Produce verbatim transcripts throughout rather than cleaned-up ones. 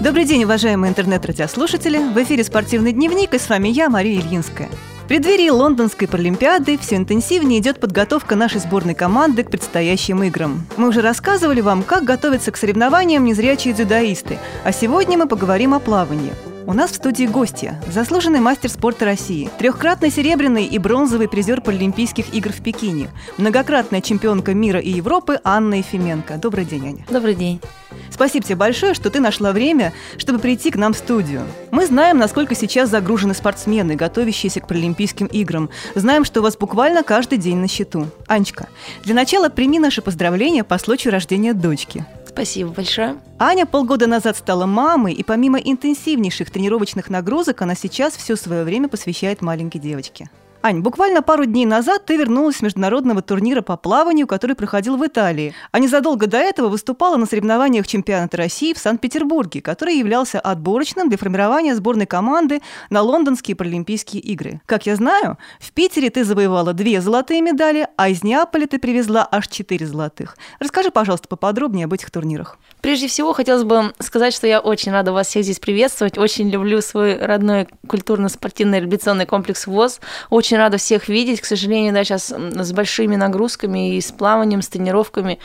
Добрый день, уважаемые интернет-радиослушатели! В эфире «Спортивный дневник», и с вами я, Мария Ильинская. В преддверии Лондонской паралимпиады все интенсивнее идет подготовка нашей сборной команды к предстоящим играм. Мы уже рассказывали вам, как готовятся к соревнованиям незрячие дзюдоисты, а сегодня мы поговорим о плавании. У нас в студии гостья, заслуженный мастер спорта России, трехкратный серебряный и бронзовый призер Паралимпийских игр в Пекине, многократная чемпионка мира и Европы Анна Ефименко. Добрый день, Аня. Добрый день. Спасибо тебе большое, что ты нашла время, чтобы прийти к нам в студию. Мы знаем, насколько сейчас загружены спортсмены, готовящиеся к Паралимпийским играм. Знаем, что у вас буквально каждый день на счету. Анечка, для начала прими наши поздравления по случаю рождения дочки. Спасибо большое. Аня полгода назад стала мамой, и помимо интенсивнейших тренировочных нагрузок, она сейчас все свое время посвящает маленькой девочке. Ань, буквально пару дней назад ты вернулась с международного турнира по плаванию, который проходил в Италии, а незадолго до этого выступала на соревнованиях чемпионата России в Санкт-Петербурге, который являлся отборочным для формирования сборной команды на Лондонские Паралимпийские игры. Как я знаю, в Питере ты завоевала две золотые медали, а из Неаполя ты привезла аж четыре золотых. Расскажи, пожалуйста, поподробнее об этих турнирах. Прежде всего, хотелось бы сказать, что я очень рада вас всех здесь приветствовать, очень люблю свой родной культурно-спортивный реабилитационный комплекс ВОЗ, очень рада всех видеть. К сожалению, да, сейчас с большими нагрузками и с плаванием, с тренировками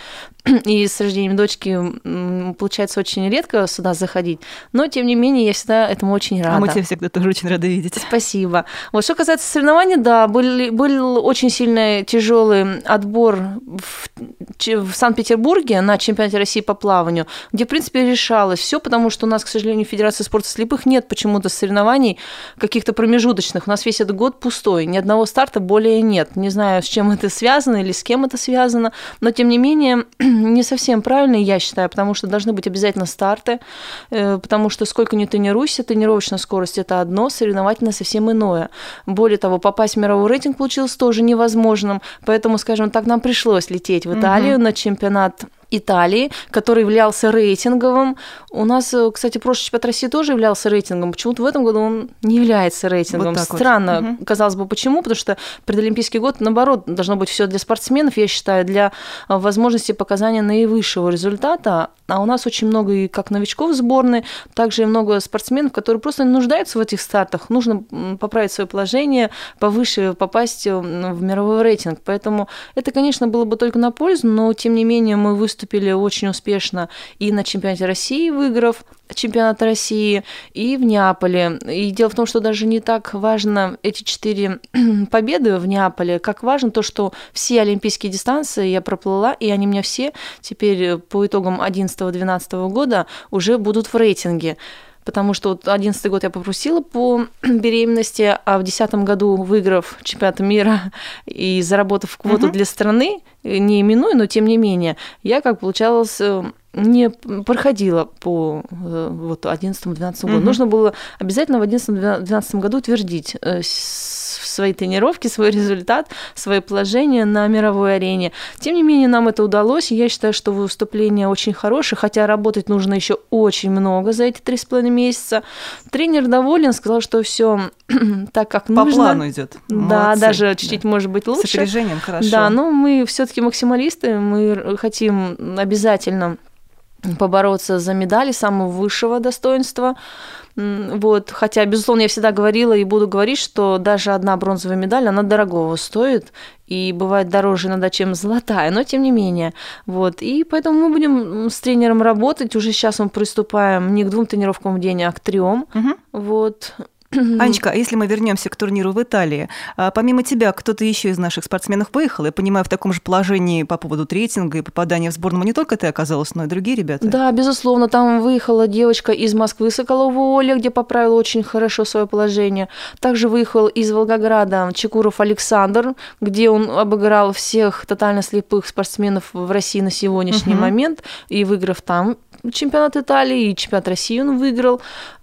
и с рождением дочки получается очень редко сюда заходить, но, тем не менее, я всегда этому очень рада. А мы тебя всегда тоже очень рады видеть. Спасибо. Вот, что касается соревнований, да, был, был очень сильный тяжелый отбор в, в Санкт-Петербурге на чемпионате России по плаванию, где, в принципе, решалось все, потому что у нас, к сожалению, в Федерации спорта слепых нет почему-то соревнований каких-то промежуточных. У нас весь этот год пустой, ни одного старта более нет. Не знаю, с чем это связано или с кем это связано, но, тем не менее, не совсем правильно, я считаю, потому что должны быть обязательно старты, потому что сколько ни тренируйся, тренировочная скорость – это одно, соревновательное совсем иное. Более того, попасть в мировой рейтинг получилось тоже невозможным, поэтому, скажем так, нам пришлось лететь в Италию mm-hmm. на чемпионат Италии, который являлся рейтинговым. У нас, кстати, прошлый чемпионат России тоже являлся рейтингом. Почему-то в этом году он не является рейтингом. Вот Странно, вот. Угу. Казалось бы, почему? Потому что предолимпийский год, наоборот, должно быть все для спортсменов, я считаю, для возможности показания наивысшего результата. А у нас очень много и как новичков в сборной, также и много спортсменов, которые просто нуждаются в этих стартах. Нужно поправить свое положение, повыше попасть в мировой рейтинг. Поэтому это, конечно, было бы только на пользу, но, тем не менее, мы выступили очень успешно и на чемпионате России, выиграв чемпионат России, и в Неаполе. И дело в том, что даже не так важно эти четыре победы в Неаполе, как важно то, что все олимпийские дистанции я проплыла, и они у меня все теперь по итогам одиннадцатого-двенадцатого года уже будут в рейтинге. Потому что вот одиннадцатый год я попросила по беременности, а в десятом году, выиграв чемпионат мира и заработав квоту uh-huh. для страны, не именуя, но тем не менее, я, как получалось, не проходила по вот, одиннадцатому-двенадцатому году. Uh-huh. Нужно было обязательно в одиннадцатом-двенадцатом году утвердить свои тренировки, свой результат, свое положение на мировой арене. Тем не менее, нам это удалось, и я считаю, что выступление очень хорошее, хотя работать нужно еще очень много за эти три с половиной месяца. Тренер доволен, сказал, что все так, как нужно. По плану идет. Да, Молодцы. Даже чуть-чуть, да. может быть, лучше. С опережением хорошо. Да, но мы все-таки максималисты, мы хотим обязательно побороться за медали самого высшего достоинства. Вот. Хотя, безусловно, я всегда говорила и буду говорить, что даже одна бронзовая медаль, она дорогого стоит, и бывает дороже иногда, чем золотая, но тем не менее. Вот. И поэтому мы будем с тренером работать. Уже сейчас мы приступаем не к двум тренировкам в день, а к трем. Угу. Вот. Анечка, а если мы вернемся к турниру в Италии, помимо тебя кто-то еще из наших спортсменов выехал? Я понимаю, в таком же положении по поводу рейтинга и попадания в сборную не только ты оказалась, но и другие ребята. Да, безусловно, там выехала девочка из Москвы, Соколова Оля, где поправила очень хорошо свое положение. Также выехал из Волгограда Чекуров Александр, где он обыграл всех тотально слепых спортсменов в России на сегодняшний uh-huh. момент, и выиграв там чемпионат Италии, и чемпионат России он выиграл.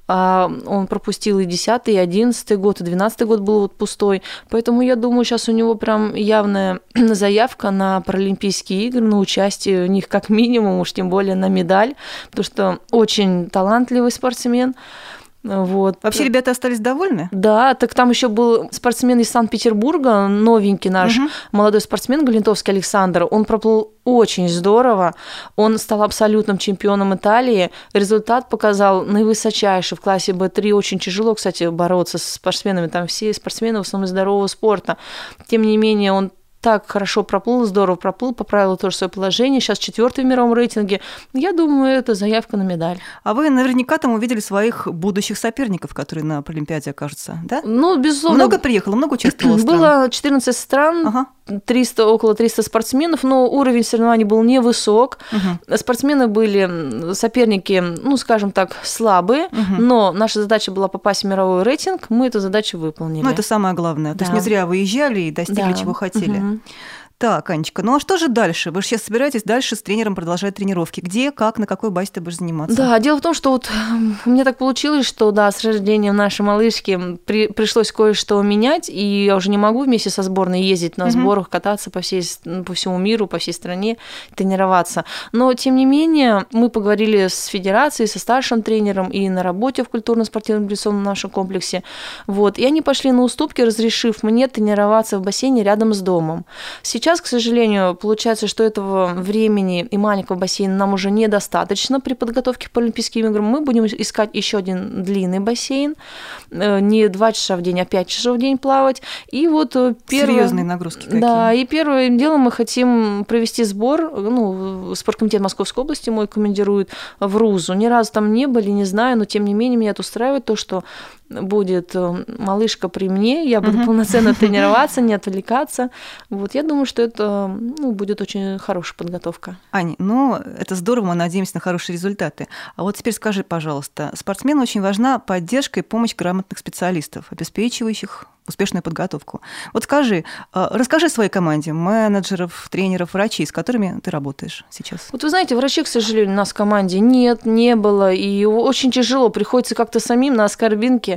Он пропустил и десятый, и одиннадцатый год, и двенадцатый год был вот пустой. Поэтому я думаю, сейчас у него прям явная заявка на Паралимпийские игры, на участие в них как минимум, уж тем более на медаль, потому что очень талантливый спортсмен. Вот. Вообще ребята остались довольны? Да, так там еще был спортсмен из Санкт-Петербурга, новенький наш, угу. молодой спортсмен Галентовский Александр. Он проплыл очень здорово, он стал абсолютным чемпионом Италии. Результат показал наивысочайший в классе бэ три. Очень тяжело, кстати, бороться с спортсменами. Там все спортсмены в основном из здорового спорта. Тем не менее, он так хорошо проплыл, здорово проплыл, поправил тоже свое положение. Сейчас четвертый в мировом рейтинге. Я думаю, это заявка на медаль. А вы наверняка там увидели своих будущих соперников, которые на Паралимпиаде окажутся, да? Ну, безусловно. Много приехало, много участвовало стран? Было четырнадцать стран, ага. триста, около триста спортсменов, но уровень соревнований был невысок. Угу. Спортсмены были, соперники, ну, скажем так, слабые, угу. но наша задача была попасть в мировой рейтинг, мы эту задачу выполнили. Ну, это самое главное. Да. То есть не зря выезжали и достигли, да. чего хотели. Угу. Так, Анечка, ну а что же дальше? Вы же сейчас собираетесь дальше с тренером продолжать тренировки. Где, как, на какой базе ты будешь заниматься? Да, дело в том, что вот у меня так получилось, что да, с рождением нашей малышки при, пришлось кое-что менять, и я уже не могу вместе со сборной ездить на сборах, кататься по, всей, по всему миру, по всей стране, тренироваться. Но, тем не менее, мы поговорили с федерацией, со старшим тренером и на работе в культурно-спортивном реабилитационном нашем комплексе. Вот, и они пошли на уступки, разрешив мне тренироваться в бассейне рядом с домом. Сейчас, к сожалению, получается, что этого времени и маленького бассейна нам уже недостаточно при подготовке к Паралимпийским играм. Мы будем искать еще один длинный бассейн, не два часа в день, а пять часов в день плавать. И вот первое... Серьезные нагрузки какие. Да, и первым делом мы хотим провести сбор, ну, спорткомитет Московской области мой командирует в Рузу. Ни разу там не были, не знаю, но тем не менее меня это устраивает то, что будет малышка при мне, я буду uh-huh. полноценно тренироваться, не отвлекаться. Вот, я думаю, что это, ну, будет очень хорошая подготовка. Аня, ну, это здорово, мы надеемся на хорошие результаты. А вот теперь скажи, пожалуйста, спортсмену очень важна поддержка и помощь грамотных специалистов, обеспечивающих успешную подготовку. Вот скажи, расскажи своей команде, менеджеров, тренеров, врачей, с которыми ты работаешь сейчас. Вот вы знаете, врачей, к сожалению, у нас в команде нет, не было, и очень тяжело, приходится как-то самим на аскорбинке,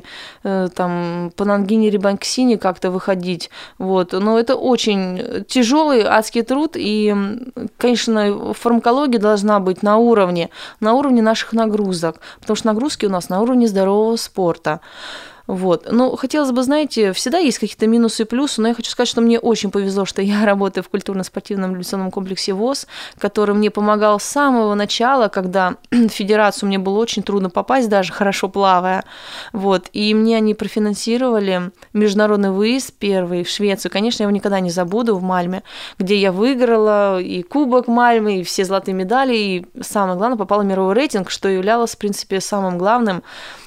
там, панангине, рибонксине как-то выходить, вот, но это очень тяжелый адский труд, и, конечно, фармакология должна быть на уровне, на уровне наших нагрузок, потому что нагрузки у нас на уровне здорового спорта. Вот. Но хотелось бы, знаете, всегда есть какие-то минусы и плюсы, но я хочу сказать, что мне очень повезло, что я работаю в культурно-спортивном реабилитационном комплексе ВОС, который мне помогал с самого начала, когда в федерацию мне было очень трудно попасть, даже хорошо плавая. Вот. И мне они профинансировали международный выезд первый в Швецию. Конечно, я его никогда не забуду, в Мальме, где я выиграла и кубок Мальмы, и все золотые медали, и самое главное, попала в мировой рейтинг, что являлось, в принципе, самым главным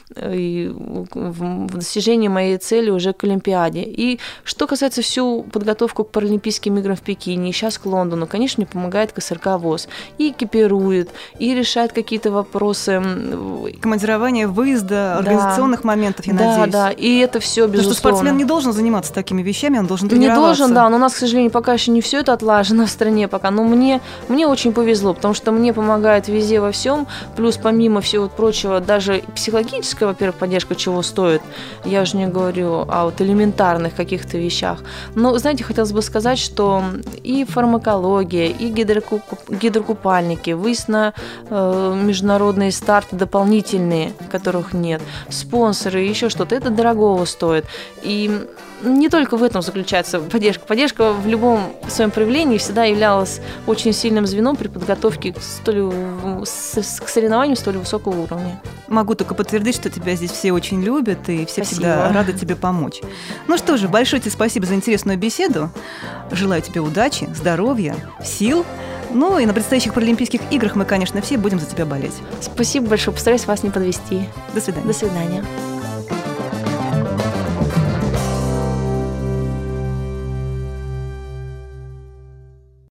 и в достижении моей цели уже к Олимпиаде. И что касается всю подготовку к Паралимпийским играм в Пекине, и сейчас к Лондону, конечно, мне помогает ка эс эр ка ВОС. И экипирует, и решает какие-то вопросы. Командирование, выезда, да. организационных моментов, я да, надеюсь. Да, да, и это все безусловно. Потому что спортсмен не должен заниматься такими вещами, он должен тренироваться. Не должен, да, но у нас, к сожалению, пока еще не все это отлажено в стране пока. Но мне, мне очень повезло, потому что мне помогает везде во всем. Плюс, помимо всего прочего, даже психологическая, во-первых, поддержка чего стоит. Я уже не говорю о вот элементарных каких-то вещах. Но, знаете, хотелось бы сказать, что и фармакология, и гидрокуп... гидрокупальники, выезд на э, международные старты дополнительные, которых нет, спонсоры, еще что-то, это дорогого стоит. И не только в этом заключается поддержка. Поддержка в любом своем проявлении всегда являлась очень сильным звеном при подготовке к, столь, к соревнованию столь высокого уровня. Могу только подтвердить, что тебя здесь все очень любят, и все Спасибо. Всегда рады тебе помочь. Ну что же, большое тебе спасибо за интересную беседу. Желаю тебе удачи, здоровья, сил. Ну и на предстоящих Паралимпийских играх мы, конечно, все будем за тебя болеть. Спасибо большое, постараюсь вас не подвести. До свидания. До свидания.